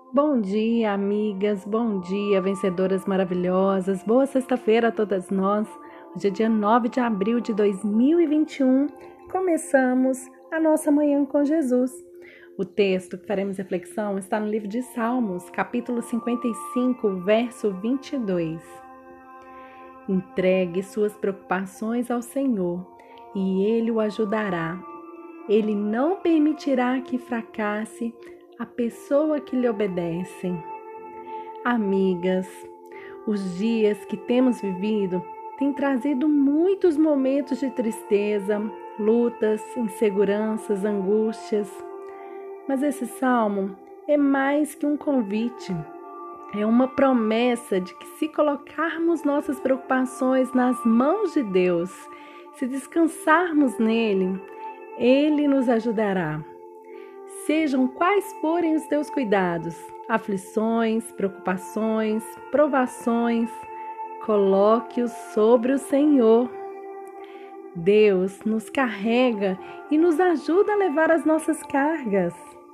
Bom dia, amigas, bom dia, vencedoras maravilhosas, boa sexta-feira a todas nós. Hoje é dia 9 de abril de 2021, começamos a nossa manhã com Jesus. O texto que faremos reflexão está no livro de Salmos, capítulo 55, verso 22. Entregue suas preocupações ao Senhor e Ele o ajudará. Ele não permitirá que fracasse a pessoa que lhe obedece. Amigas, os dias que temos vivido têm trazido muitos momentos de tristeza, lutas, inseguranças, angústias. Mas esse salmo é mais que um convite. É uma promessa de que se colocarmos nossas preocupações nas mãos de Deus, se descansarmos nele, Ele nos ajudará. Sejam quais forem os teus cuidados, aflições, preocupações, provações, coloque-os sobre o Senhor. Deus nos carrega e nos ajuda a levar as nossas cargas.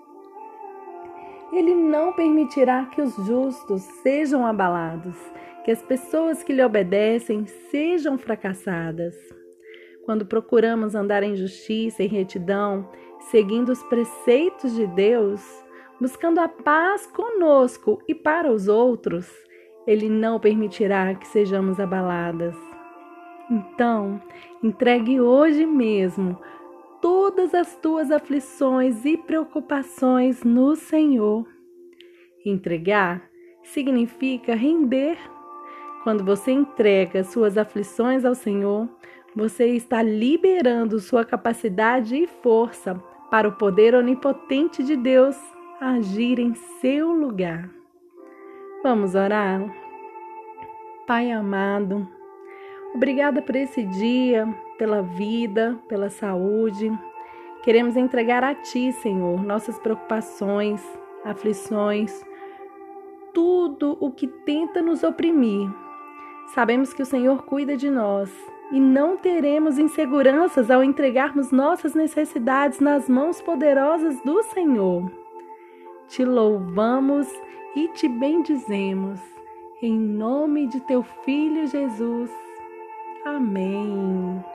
Ele não permitirá que os justos sejam abalados, que as pessoas que lhe obedecem sejam fracassadas. Quando procuramos andar em justiça e retidão, seguindo os preceitos de Deus, buscando a paz conosco e para os outros, Ele não permitirá que sejamos abaladas. Então, entregue hoje mesmo todas as tuas aflições e preocupações no Senhor. Entregar significa render. Quando você entrega suas aflições ao Senhor, você está liberando sua capacidade e força para o poder onipotente de Deus agir em seu lugar. Vamos orar? Pai amado, obrigada por esse dia, pela vida, pela saúde. Queremos entregar a Ti, Senhor, nossas preocupações, aflições, tudo o que tenta nos oprimir. Sabemos que o Senhor cuida de nós e não teremos inseguranças ao entregarmos nossas necessidades nas mãos poderosas do Senhor. Te louvamos e te bendizemos. Em nome de Teu Filho Jesus. Amém.